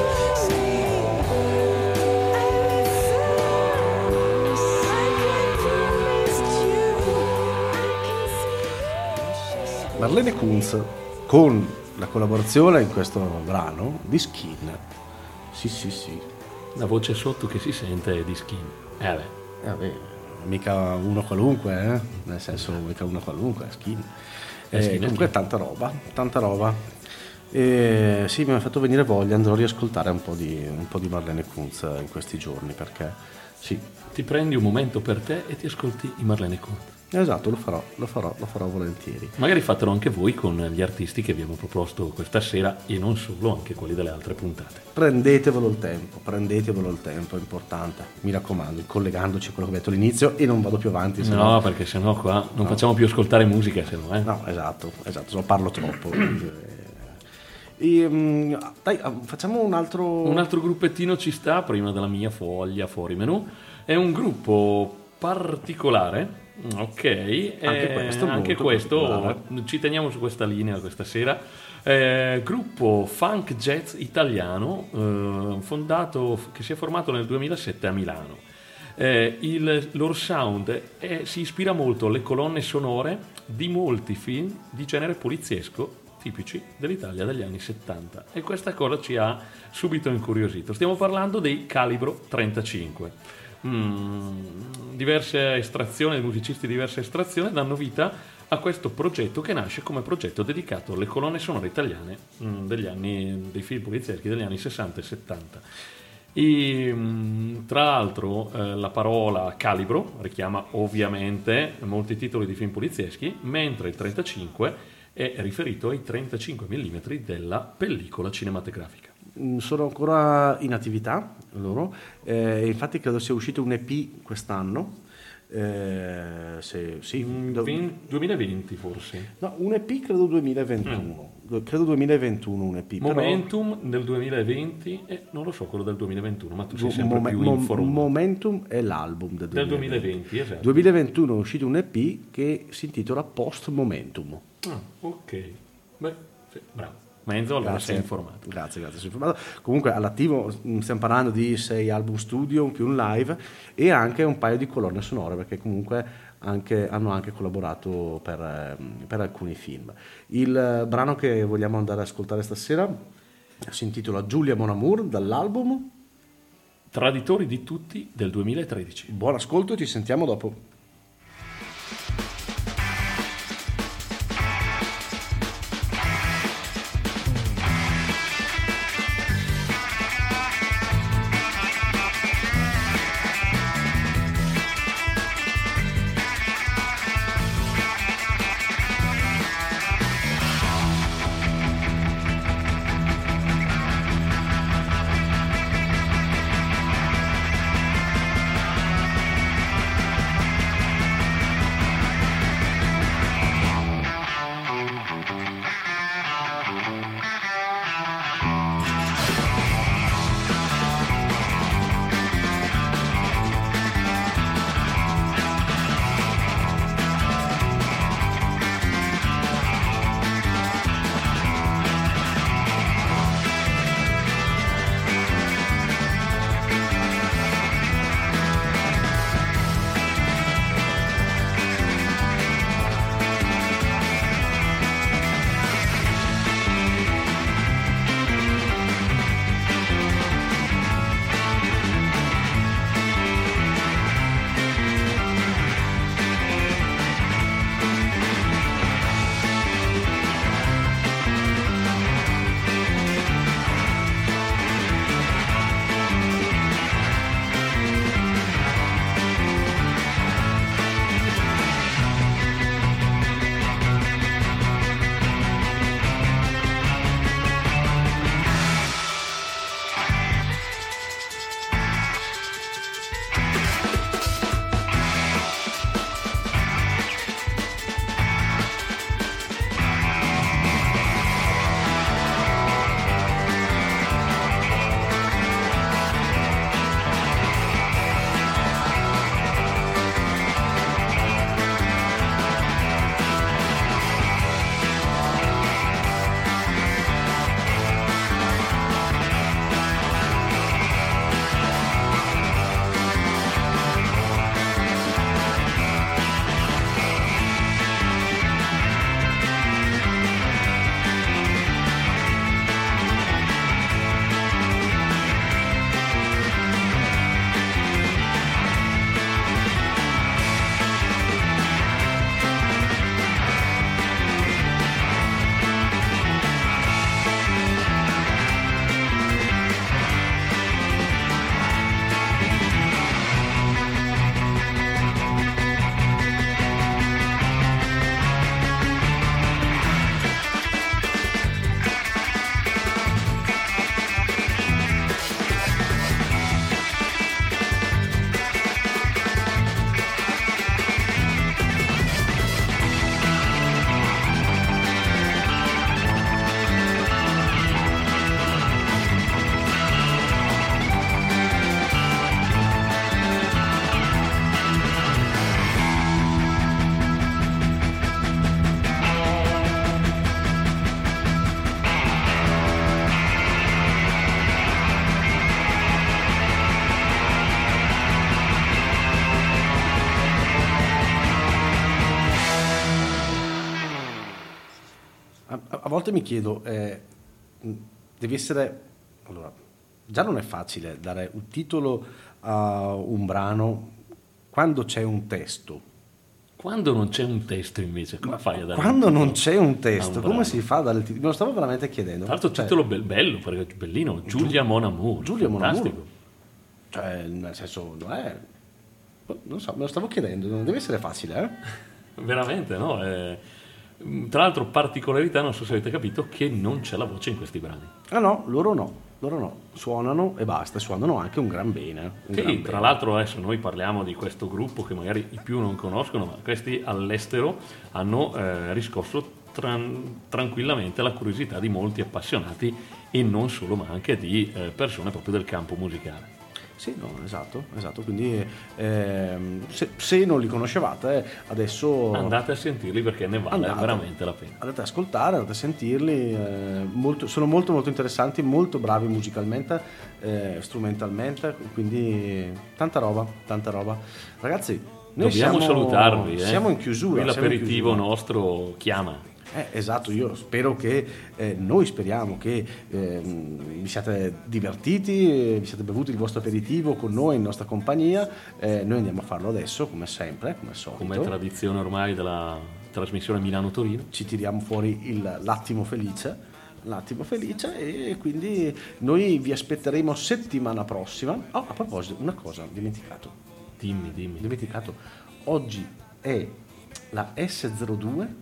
scrivo. Marlene Kunz con la collaborazione in questo brano di Skin. Sì, sì, sì. La voce sotto che si sente è di Skin. Eh beh. Eh beh, mica uno qualunque, eh? Nel senso, mica uno qualunque, Skin. Eh, Skin comunque Skin. tanta roba, tanta roba. E sì, mi ha fatto venire voglia, andrò a riascoltare un po' di, un po' di Marlene Kunz in questi giorni, perché sì. Ti prendi un momento per te e ti ascolti i Marlene Kunz. Esatto, lo farò, lo farò, lo farò volentieri. Magari fatelo anche voi con gli artisti che abbiamo proposto questa sera e non solo, anche quelli delle altre puntate. Prendetevelo il tempo, prendetevelo il tempo, è importante. Mi raccomando, collegandoci a quello che ho detto all'inizio, e non vado più avanti. Se No, no, perché sennò qua non no. facciamo più ascoltare musica, se no, eh. No, esatto, esatto, se no parlo troppo. E, um, dai, facciamo un altro... Un altro gruppettino ci sta, prima della mia foglia fuori menù. È un gruppo particolare. Ok, anche eh, questo, anche questo ci teniamo su questa linea questa sera. Eh, gruppo funk jazz italiano, eh, fondato, che si è formato nel duemilasette a Milano. Eh, il loro sound è, si ispira molto alle colonne sonore di molti film di genere poliziesco tipici dell'Italia degli anni settanta, e questa cosa ci ha subito incuriosito. Stiamo parlando dei Calibro trentacinque. Mm, diverse estrazioni, musicisti di diverse estrazioni danno vita a questo progetto, che nasce come progetto dedicato alle colonne sonore italiane mm, degli anni, dei film polizieschi degli anni sessanta e settanta. E, mm, tra l'altro eh, la parola calibro richiama ovviamente molti titoli di film polizieschi, mentre il trentacinque è riferito ai trentacinque millimetri della pellicola cinematografica. Sono ancora in attività loro, eh, infatti credo sia uscito un E P quest'anno. Eh, se, sì, do, duemilaventi forse. No, un E P credo duemilaventuno. Mm. Credo duemilaventuno un E P. Momentum però... nel duemilaventi e eh, non lo so quello del duemilaventuno, ma tu sei sempre Mom- più Mom- informato. Momentum è l'album del duemilaventi. Del duemilaventi, esatto. duemilaventuno è uscito un E P che si intitola Post Momentum. Ah, ok. Beh, sì, bravo. Menzo, allora sei informato. Grazie, grazie, sei informato. Comunque all'attivo stiamo parlando di sei album studio, più un live, e anche un paio di colonne sonore, perché comunque anche, hanno anche collaborato per, per alcuni film. Il brano che vogliamo andare ad ascoltare stasera si intitola Giulia Mon Amour, dall'album Traditori di tutti del duemilatredici. Buon ascolto e ci sentiamo dopo. volte mi chiedo, eh, devi essere... Allora, già non è facile dare un titolo a un brano quando c'è un testo. Quando non c'è un testo invece, come fai a dare Quando un non c'è un a testo, un come brano? si fa a dare il titolo? Me lo stavo veramente chiedendo. Tra l'altro Cioè, titolo be- bello, perché bellino, Giulia Mon Amour. Giulia Mon Amour. Fantastico. Cioè, nel senso, non è... Non so, me lo stavo chiedendo, non deve essere facile, eh? Veramente, no? Eh, tra l'altro particolarità, non so se avete capito, che non c'è la voce in questi brani. Ah no, loro no, loro no. Suonano e basta, suonano anche un gran bene. Un Sì, gran tra bene. l'altro adesso noi parliamo di questo gruppo che magari i più non conoscono, ma questi all'estero hanno eh, riscosso tran- tranquillamente la curiosità di molti appassionati e non solo, ma anche di eh, persone proprio del campo musicale. Sì, no, esatto, esatto. Quindi ehm, se, se non li conoscevate, adesso Andate a sentirli perché ne vale andate. veramente la pena. Andate ad ascoltare, andate a sentirli, eh, molto- sono molto molto interessanti, molto bravi musicalmente, eh, strumentalmente, quindi tanta roba, tanta roba. Ragazzi, noi Dobbiamo siamo, salutarvi, eh. siamo in chiusura. Qui siamo in l'aperitivo chiusura. nostro chiama. Eh, esatto, io spero che, eh, noi speriamo che ehm, vi siate divertiti, eh, vi siate bevuti il vostro aperitivo con noi in nostra compagnia, eh, noi andiamo a farlo adesso come sempre, come al solito. Come tradizione ormai della trasmissione Milano-Torino. Ci tiriamo fuori il, l'attimo felice, l'attimo felice e quindi noi vi aspetteremo settimana prossima. Oh, a proposito, una cosa, ho dimenticato, Dimmi, dimmi. dimenticato, oggi è la S zero due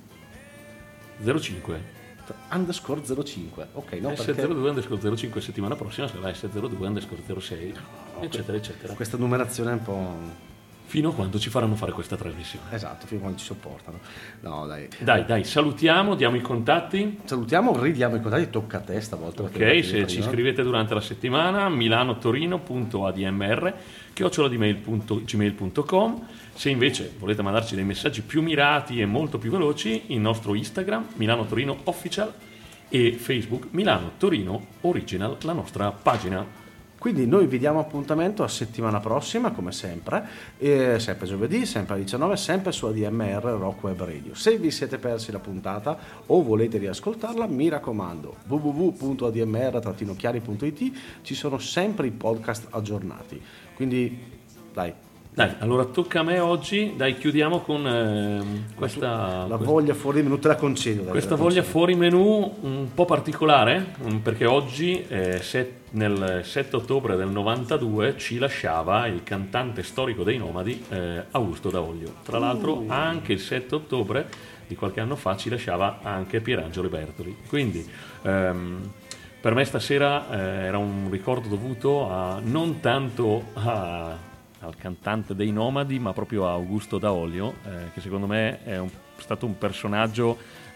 zero cinque. underscore zero cinque, ok, no, S perché zero due underscore zero cinque settimana prossima sarà S zero due underscore zero sei, eccetera, eccetera. questa numerazione è un po'... Fino a quando ci faranno fare questa trasmissione. Esatto, fino a quando ci sopportano. No, dai. Dai, dai, salutiamo, diamo i contatti. Salutiamo, ridiamo i contatti, tocca a te stavolta. Ok, se ci scrivete durante la settimana, milanotorino punto a d m r chiocciola gmail punto com. Se invece volete mandarci dei messaggi più mirati e molto più veloci, il nostro Instagram, Milano Torino Official, e Facebook, Milano Torino Original, la nostra pagina. Quindi noi vi diamo appuntamento a settimana prossima, come sempre, e sempre giovedì, sempre alle diciannove, sempre su A D M R Rock Web Radio. Se vi siete persi la puntata o volete riascoltarla, mi raccomando, w w w punto a d m r trattino chiari punto i t, ci sono sempre i podcast aggiornati. Quindi, dai. Dai, allora tocca a me oggi, dai, chiudiamo con ehm, questa... La questa- voglia fuori menù, te la concedo. dai, Questa te la voglia concedo. fuori menù un po' particolare, mm, perché oggi, eh, se- nel sette ottobre del novantadue, ci lasciava il cantante storico dei Nomadi, eh, Augusto Daoglio. Tra l'altro anche il sette ottobre di qualche anno fa ci lasciava anche Pierangelo Bertoli. Quindi ehm, per me stasera eh, era un ricordo dovuto a, non tanto a- al cantante dei Nomadi, ma proprio a Augusto Daoglio, eh, che secondo me è un- stato un personaggio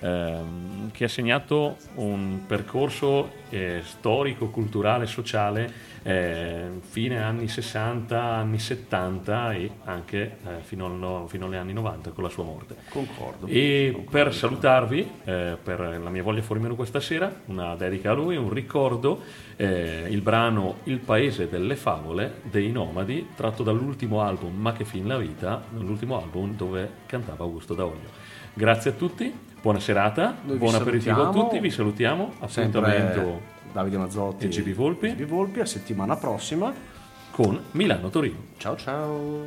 ehm, che ha segnato un percorso eh, storico, culturale, sociale, eh, fine anni sessanta, anni settanta e anche eh, fino, al no- fino agli anni novanta con la sua morte. Concordo. E Concordo. per salutarvi, eh, per la mia voglia fuori meno questa sera, una dedica a lui, un ricordo, eh, il brano Il paese delle favole dei Nomadi, tratto dall'ultimo album Ma che fin la vita, l'ultimo album dove cantava Augusto Daoglio. Grazie a tutti, buona serata, Noi vi buon aperitivo a salutiamo. tutti, vi salutiamo, Sempre appuntamento Davide Mazzotti e G B Volpi. G B Volpi a settimana prossima. con Milano Torino. Ciao ciao.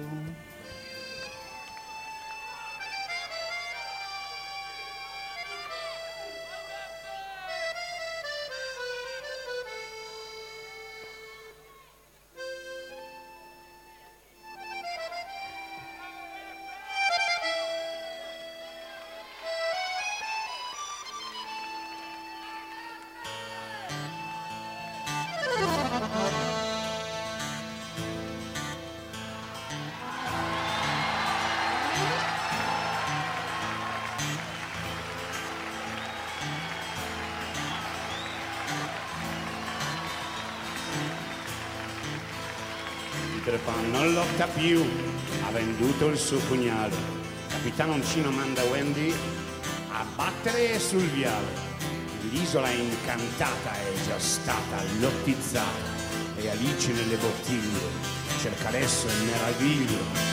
Peter Pan non lotta più, ha venduto il suo pugnale. Capitanoncino manda Wendy a battere sul viale. L'isola incantata è già stata lottizzata e Alice nelle bottiglie cerca adesso il meraviglio.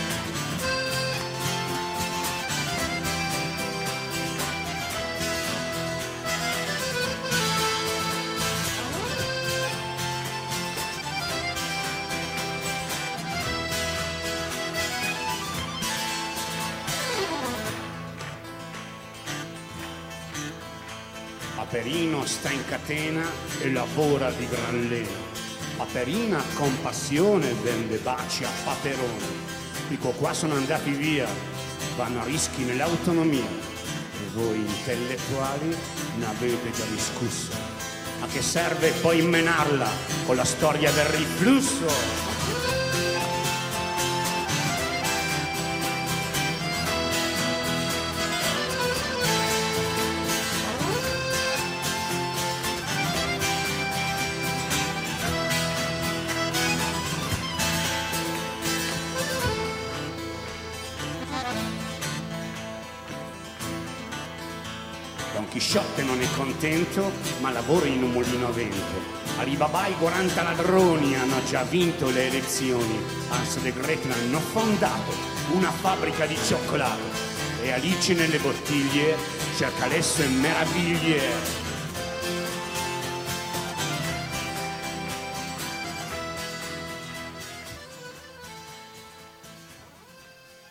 Paperino sta in catena e lavora di gran lena. Paperina con passione vende baci a Paperone. Dico, qua sono andati via, vanno a rischi nell'autonomia. E voi intellettuali ne avete già discusso. A che serve poi menarla con la storia del riflusso? Don Chisciotte non è contento, ma lavora in un mulino a vento. Alibaba e quaranta ladroni hanno già vinto le elezioni. Hansel e Gretel hanno fondato una fabbrica di cioccolato. E Alice nelle bottiglie cerca lesso e meraviglie.